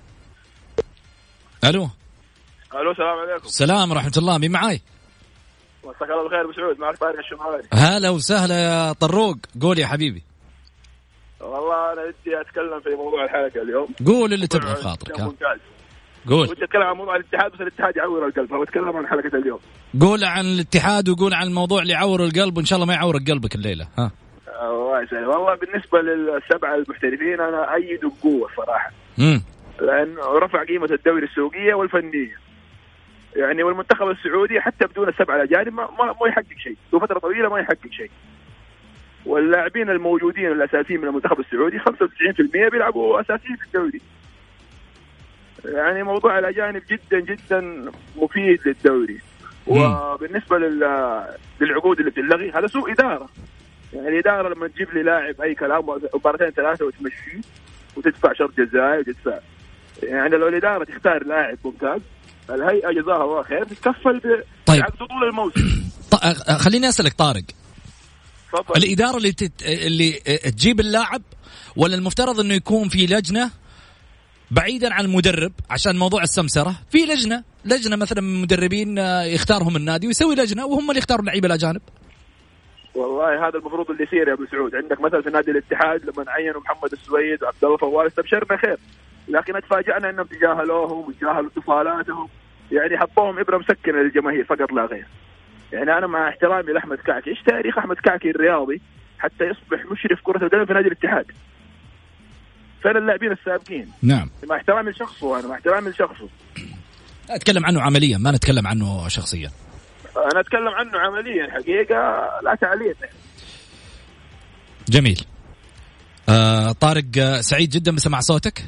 السلام عليكم. السلام ورحمة الله. مين معاي؟ مساك الله بالخير ابو سعود، معك طارق الشمالي. هلا وسهلا يا طروق، قول يا حبيبي. والله انا بدي اتكلم في موضوع الحلقه اليوم. قول اللي تبغى بخاطرك. قول. بدي اتكلم عن موضوع الاتحاد، بس الاتحاد يعور القلب، فبتكلم عن حلقه اليوم. قول عن الاتحاد وقول عن الموضوع اللي يعور القلب، وان شاء الله ما يعور قلبك الليله. ها الله يسعدك. والله بالنسبه لل7 المحترفين انا ايد بقوه صراحه، لأن رفع قيمة الدوري السوقية والفنية. يعني والمنتخب السعودي حتى بدون السبعة الأجانب ما يحقق شيء، له فترة طويلة ما يحقق شيء. واللاعبين الموجودين الأساسيين من المنتخب السعودي 95% بيلعبوا أساسيين في الدوري. يعني موضوع الأجانب جدا جدا مفيد للدوري. وبالنسبة للعقود اللي بتلغي هذا سوء إدارة. يعني الإدارة لما تجيب لي لاعب أي كلام مباراتين ثلاثة وتمشيه وتدفع شرط جزائي وتدفع، يعني لو الإدارة تختار لاعب ممتاز الهيئة جزاها الله خير تتكفل بعقد طول الموسم. خليني أسألك طارق، فضل. الإدارة اللي تجيب اللاعب ولا المفترض إنه يكون في لجنة بعيدا عن المدرب عشان موضوع السمسرة؟ في لجنة مثلا من مدربين يختارهم النادي ويسوي لجنة وهم اللي يختاروا اللعيبة الأجانب. والله هذا المفروض اللي يصير يا أبو سعود. عندك مثلا في نادي الاتحاد لما عينوا محمد السويد وعبد الله فوال استبشرنا خير، لكن اتفاجأنا انهم تجاهلوهم وتجاهلوا اتصالاتهم، يعني حطوهم إبرة مسكنة للجماهير فقط لا غير. يعني أنا مع احترامي لأحمد كعكي، إيش تاريخ أحمد كعكي الرياضي حتى يصبح مشرف كرة القدم في نادي الاتحاد؟ فين اللاعبين السابقين؟ نعم. مع احترامي لشخصه، أنا مع احترامي لشخصه أتكلم عنه عمليا ما نتكلم عنه شخصيا. أنا أتكلم عنه عمليا حقيقة لا تعليق. جميل. طارق سعيد جدا بسمع صوتك،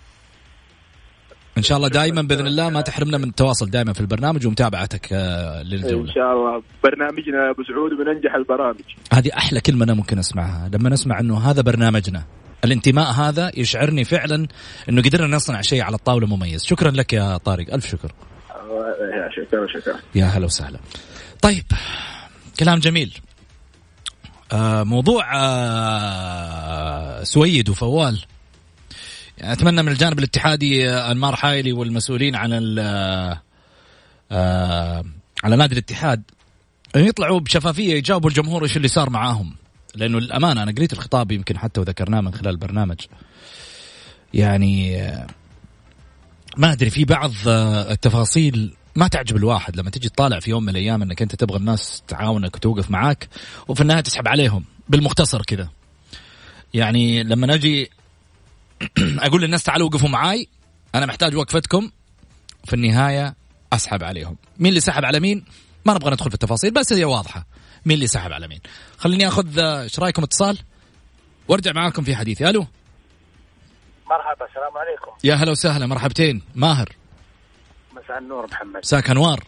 إن شاء الله دائما بإذن الله ما تحرمنا من التواصل دائما في البرنامج ومتابعتك للجولة. إن شاء الله برنامجنا أبو سعود وبننجح البرامج. هذه أحلى كلمة أنا ممكن أسمعها لما نسمع أنه هذا برنامجنا. الانتماء هذا يشعرني فعلا أنه قدرنا نصنع شيء على الطاولة مميز. شكرا لك يا طارق، ألف شكر. شكرا. يا هلا وسهلا. طيب كلام جميل. موضوع سويد وفوال، يعني أتمنى من الجانب الاتحادي أنمار حايلي والمسؤولين على نادي الاتحاد أن يطلعوا بشفافية يجاوبوا الجمهور إيش اللي صار معاهم، لأنه الأمانة أنا قريت الخطاب يمكن حتى وذكرناه من خلال البرنامج. يعني ما أدري في بعض التفاصيل ما تعجب الواحد لما تيجي تطالع في يوم من الأيام أنك أنت تبغى الناس تعاونك وتوقف معاك وفي النهاية تسحب عليهم بالمختصر كذا. يعني لما نجي أقول للناس تعالوا وقفوا معاي أنا محتاج وقفتكم، في النهاية أسحب عليهم. مين اللي سحب على مين ما نبغى ندخل في التفاصيل، بس هي واضحة مين اللي سحب على مين. خليني أخذ إيش رأيكم اتصال وارجع معاكم في حديثي. ألو مرحبا، السلام عليكم. يا هلا وسهلا، مرحبتين. ماهر. مساء النور محمد. مساك أنوار.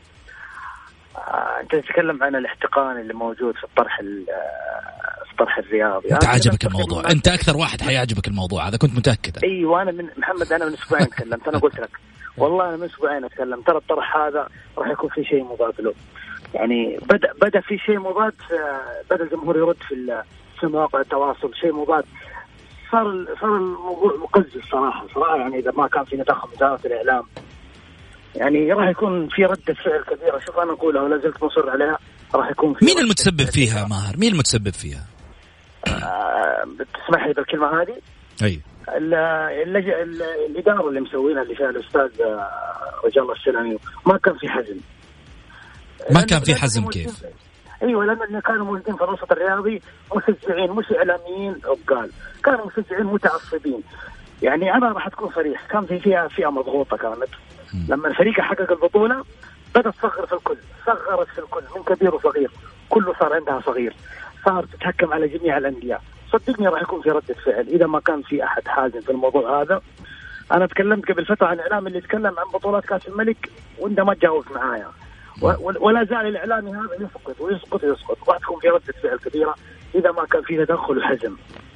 أنت تتكلم عن الاحتقان اللي موجود في الطرح الرياضي. أنت عجبك الموضوع، أنت أكثر واحد حيعجبك الموضوع هذا، كنت متأكد. أيوة أنا من محمد، أنا من أسبوعين تكلمت، أنا قلت لك والله أنا من أسبوعين أتكلم ترى الطرح هذا راح يكون في شيء مضاد له. يعني بدأ في شيء مضاد، بدأ الجمهور يرد في مواقع التواصل شيء مضاد. صار الموضوع مقزز صراحة يعني إذا ما كان في تدخل وزارة الإعلام يعني راح يكون في ردة فعل كبيرة. شوف أنا أقولها ولا زلت مصر عليها، راح يكون في. مين المتسبب فيها ماهر؟ مين المتسبب فيها؟ بتسمح لي بالكلمة هذه؟ أي. الإدارة اللي مسوينها اللي فيها الأستاذ رجال الله السلامي ما كان في حزم. ما كان في حزم كيف؟ ايوه لان اللي كانوا موجودين في الوسط الرياضي مشجعين مش اعلاميين عقال، كانوا مشجعين متعصبين. يعني انا راح تكون صريح، كان فيها فئه مضغوطه كانت. لما الفريق حقق البطوله بدات تصغر في الكل، صغرت في الكل من كبير وصغير، كله صار عندها صغير، صار تتحكم على جميع الانديه. صدقني راح يكون في رده فعل اذا ما كان في احد حازم في الموضوع هذا. انا تكلمت قبل فتره عن الاعلام اللي يتكلم عن بطولات كاس الملك وانت ما تجاوبت معايا، ولا زال الإعلامي هذا يسقط راح تكون في ردة فعل كبيرة إذا ما كان في تدخل وحزم.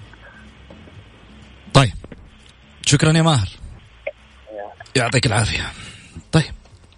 طيب شكرا يا ماهر، يعطيك العافية. طيب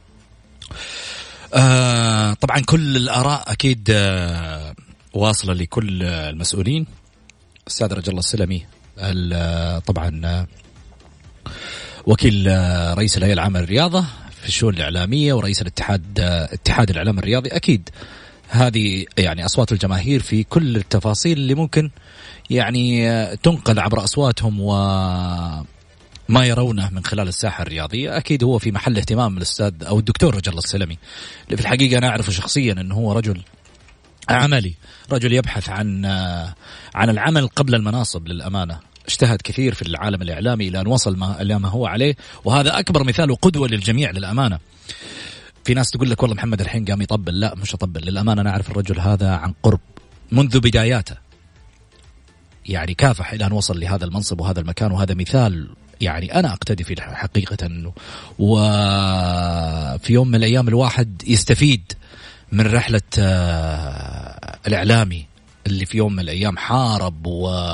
طبعا كل الآراء أكيد واصلة لكل المسؤولين. السيد رجل الله السلمي طبعا وكيل رئيس الهيئة العامة للرياضة في الشؤون الإعلامية ورئيس اتحاد الإعلام الرياضي، أكيد هذه يعني أصوات الجماهير في كل التفاصيل اللي ممكن يعني تنقل عبر أصواتهم وما يرونه من خلال الساحة الرياضية. أكيد هو في محل اهتمام الأستاذ أو الدكتور رجل الله السلمي، اللي في الحقيقة أنا أعرفه شخصيا أنه هو رجل عملي، رجل يبحث عن العمل قبل المناصب. للأمانة اجتهد كثير في العالم الإعلامي إلى أن وصل إلى ما هو عليه، وهذا أكبر مثال وقدوة للجميع للأمانة. في ناس تقول لك والله محمد الحين قام يطبل. لا مش أطبل، للأمانة أنا أعرف الرجل هذا عن قرب منذ بداياته، يعني كافح إلى أن وصل لهذا المنصب وهذا المكان، وهذا مثال يعني أنا أقتدي فيه حقيقة. وفي يوم من الأيام الواحد يستفيد من رحلة الإعلامي اللي في يوم من الأيام حارب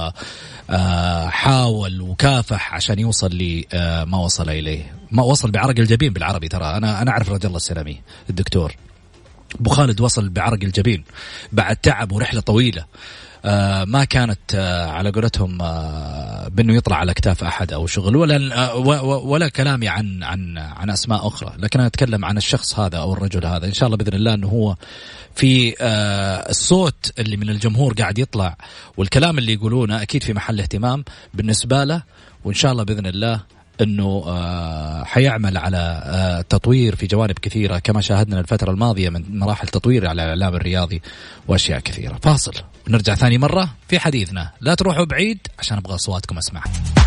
وحاول وكافح عشان يوصل لما وصل إليه، ما وصل بعرق الجبين بالعربي. ترى أنا أعرف رجل الله السلامي الدكتور أبو خالد وصل بعرق الجبين بعد تعب ورحلة طويلة ما كانت على قولتهم بأنه يطلع على أكتاف أحد أو شغل ولا كلامي عن أسماء أخرى، لكن أنا أتكلم عن الشخص هذا أو الرجل هذا. إن شاء الله بإذن الله أنه هو في الصوت اللي من الجمهور قاعد يطلع والكلام اللي يقولونه أكيد في محل اهتمام بالنسبة له، وإن شاء الله بإذن الله أنه حيعمل على تطوير في جوانب كثيرة كما شاهدنا الفترة الماضية من مراحل تطوير على الإعلام الرياضي وأشياء كثيرة. فاصل ونرجع ثاني مرة في حديثنا، لا تروحوا بعيد عشان أبغى أصواتكم أسمع.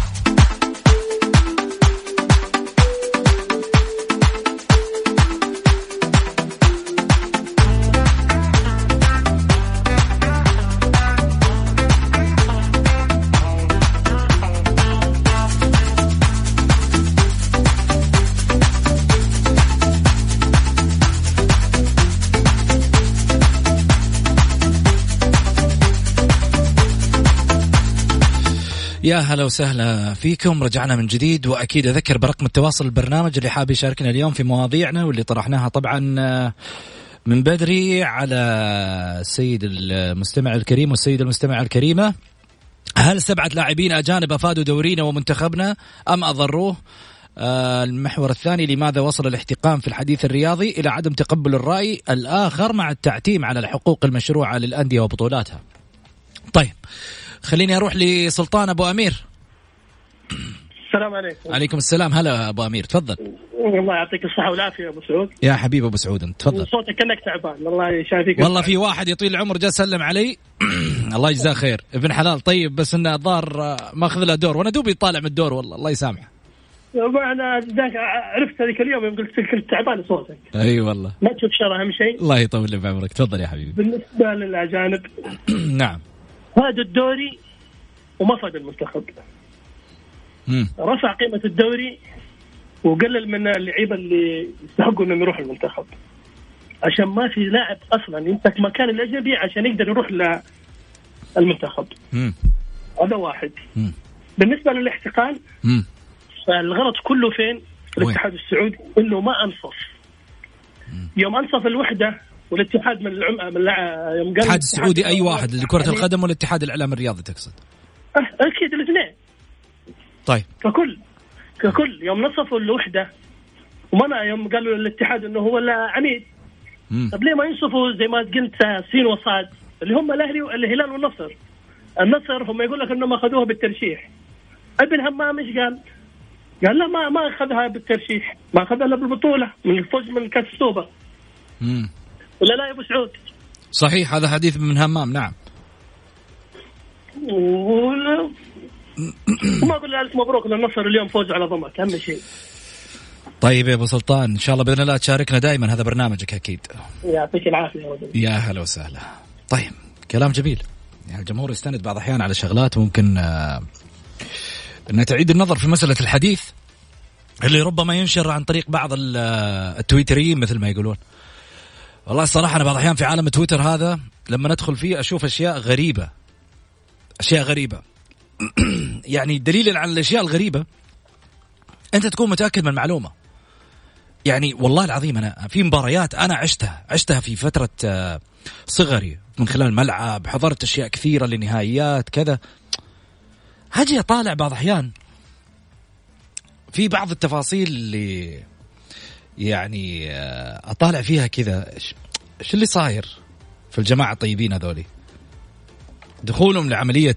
يا هلا وسهلا فيكم، رجعنا من جديد. وأكيد أذكر برقم التواصل البرنامج اللي حاب يشاركنا اليوم في مواضيعنا واللي طرحناها طبعا من بدري على السيد المستمع الكريم والسيدة المستمعة الكريمة. هل 7 لاعبين أجانب أفادوا دورينا ومنتخبنا أم أضروه؟ المحور الثاني، لماذا وصل الاحتقان في الحديث الرياضي إلى عدم تقبل الرأي الآخر مع التعتيم على الحقوق المشروعة للأندية وبطولاتها؟ طيب خليني أروح لسلطان أبو أمير. السلام عليكم. عليكم السلام. هلا أبو أمير، تفضل. الله يعطيك الصحة والعافية أبو سعود. يا حبيب أبو سعود، أنت تفضل. صوتك كأنك تعبان، الله يشافيك. والله في واحد يطيل العمر جاء سلم علي الله يجزاه خير، ابن حلال طيب، بس إنه الظاهر ماخذ له دور وأنا دوبي طالع من الدور، والله الله يسامحه. أنا عرفت هذيك اليوم يوم قلت كنت تعبان صوتك. أي والله. ما تشوف شر أهم شيء. الله يطول لي بعمرك، تفضل يا حبيبي. بالنسبة للأجانب نعم، فادوا الدوري وما فاد المنتخب. رفع قيمة الدوري وقلل من اللعيبة اللي يستحقوا انهم يروحوا المنتخب، عشان ما في لاعب اصلا يمسك مكان الاجنبي عشان يقدر يروح للمنتخب. هذا واحد. بالنسبة للاحتقان فالغلط كله فين؟ في الاتحاد السعودي، انه ما انصف. يوم انصف الوحدة والاتحاد من يوم قال الاتحاد السعودي اي واحد لكرة القدم والاتحاد الاعلامي الرياضي تقصد؟ اكيد الاثنين. طيب ككل يوم نصفوا الوحدة ومنع، يوم قالوا للاتحاد انه هو العميد، طب ليه ما ينصفوا زي ما قلت سين وصاد اللي هم الاهلي والهلال والنصر؟ النصر هم يقول لك انهم اخذوها بالترشيح. ابن همام ايش قال لا ما اخذها بالترشيح، ما اخذها الا بالبطولة من الفوز من كاس السوبر. ولا لا يا ابو سعود؟ صحيح، هذا حديث من همام. نعم. وما أقول ألف مبروك للنصر اليوم فوز على ضمك، أهم شيء. طيب يا أبو سلطان، إن شاء الله بإذن الله تشاركنا دائما، هذا برنامجك أكيد. يعطيك العافية. يا هلا وسهلا. طيب كلام جميل، يعني الجمهور يستند بعض الأحيان على شغلات ممكن أن تعيد النظر في مسألة الحديث اللي ربما ينشر عن طريق بعض التويتريين مثل ما يقولون. والله الصراحة أنا بعض الأحيان في عالم تويتر هذا لما ندخل فيه أشوف أشياء غريبة يعني دليل على الأشياء الغريبة أنت تكون متأكد من المعلومة. يعني والله العظيم أنا في مباريات أنا عشتها في فترة صغري من خلال الملعب، حضرت أشياء كثيرة لنهائيات كذا، هاجي أطالع بعض أحيان في بعض التفاصيل اللي يعني أطالع فيها كذا إيش اللي صاير في الجماعة الطيبين هذولي، دخولهم لعملية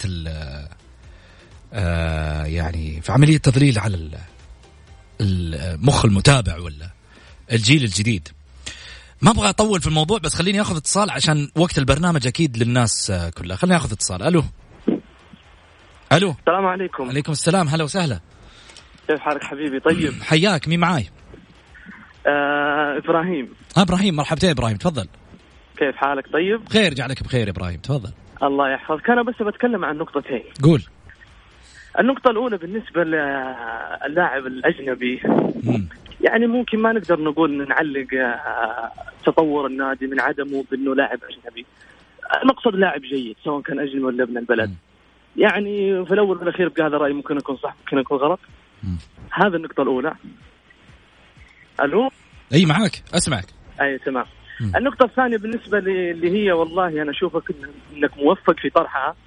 يعني في عملية تضليل على المخ المتابع ولا الجيل الجديد. ما أبغى أطول في الموضوع، بس خليني أخذ اتصال عشان وقت البرنامج أكيد للناس كلها. خليني أخذ اتصال. ألو. السلام عليكم. عليكم السلام، هلا وسهلا. كيف حالك حبيبي؟ طيب حياك، مين معاي؟ إبراهيم مرحبتين إبراهيم، تفضل. كيف حالك؟ طيب بخير، جعلك بخير إبراهيم، تفضل. الله يحفظك. أنا بس بتكلم عن نقطتين. قول. النقطة الأولى بالنسبة للاعب الأجنبي، يعني ممكن ما نقدر نقول نعلق تطور النادي من عدمه بأنه لاعب أجنبي. نقصد لاعب جيد سواء كان أجنبي ولا من البلد. يعني في الأول والأخير بهذا رأي ممكن يكون صح ممكن يكون غلط. هذا النقطة الأولى. ألو؟ أي معك، أسمعك. أي تمام. النقطة الثانية بالنسبة اللي هي والله أنا أشوفك إنك موفق في طرحها،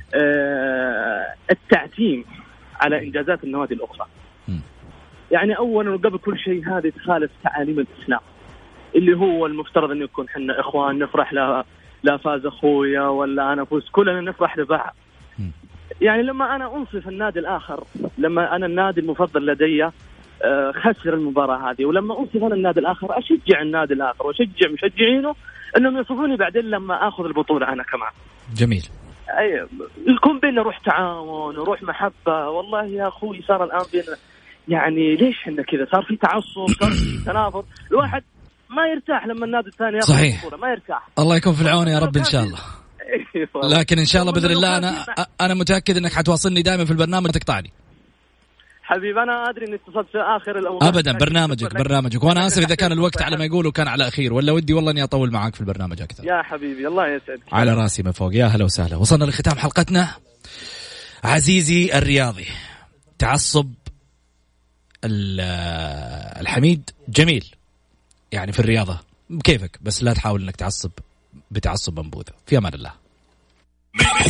التعتيم على إنجازات النوادي الأخرى. يعني أولا وقبل كل شيء هذه تخالف تعاليم الإسلام، اللي هو المفترض أن يكون حنا إخوان نفرح لا فاز أخويا ولا أنا فوز، كلنا نفرح لبعض. يعني لما أنا أنصف النادي الآخر، لما أنا النادي المفضل لدي خسر المباراة هذه، ولما أنصف أنا النادي الآخر أشجع النادي الآخر وأشجع مشجعينه أنهم يصفوني بعدين لما أخذ البطولة أنا كمان. جميل. أي يكون بيننا روح تعاون وروح محبة. والله يا أخوي صار الآن بيننا يعني ليش حنا كذا؟ صار في تعصب، صار في تنافر، الواحد ما يرتاح لما النادي الثاني ياخذ البطولة، ما يرتاح. الله يكون في العون يا رب إن شاء الله. لكن إن شاء الله بإذن الله أنا متأكد إنك حتواصلني دائما في البرنامج تقطعني. حبيبي أنا أدري إني اتصلت في آخر الأمور. أبدا، برنامجك وأنا آسف إذا كان الوقت على ما يقولوا كان على أخير، ولا ودي والله إني أطول معاك في البرنامج أكثر. يا حبيبي الله يسعدك. على راسي من فوق. يا هلا وسهلا. وصلنا لختام حلقتنا. عزيزي الرياضي، تعصب الحميد جميل يعني في الرياضة بكيفك، بس لا تحاول إنك تعصب بتعصب منبوذ. في أمان الله.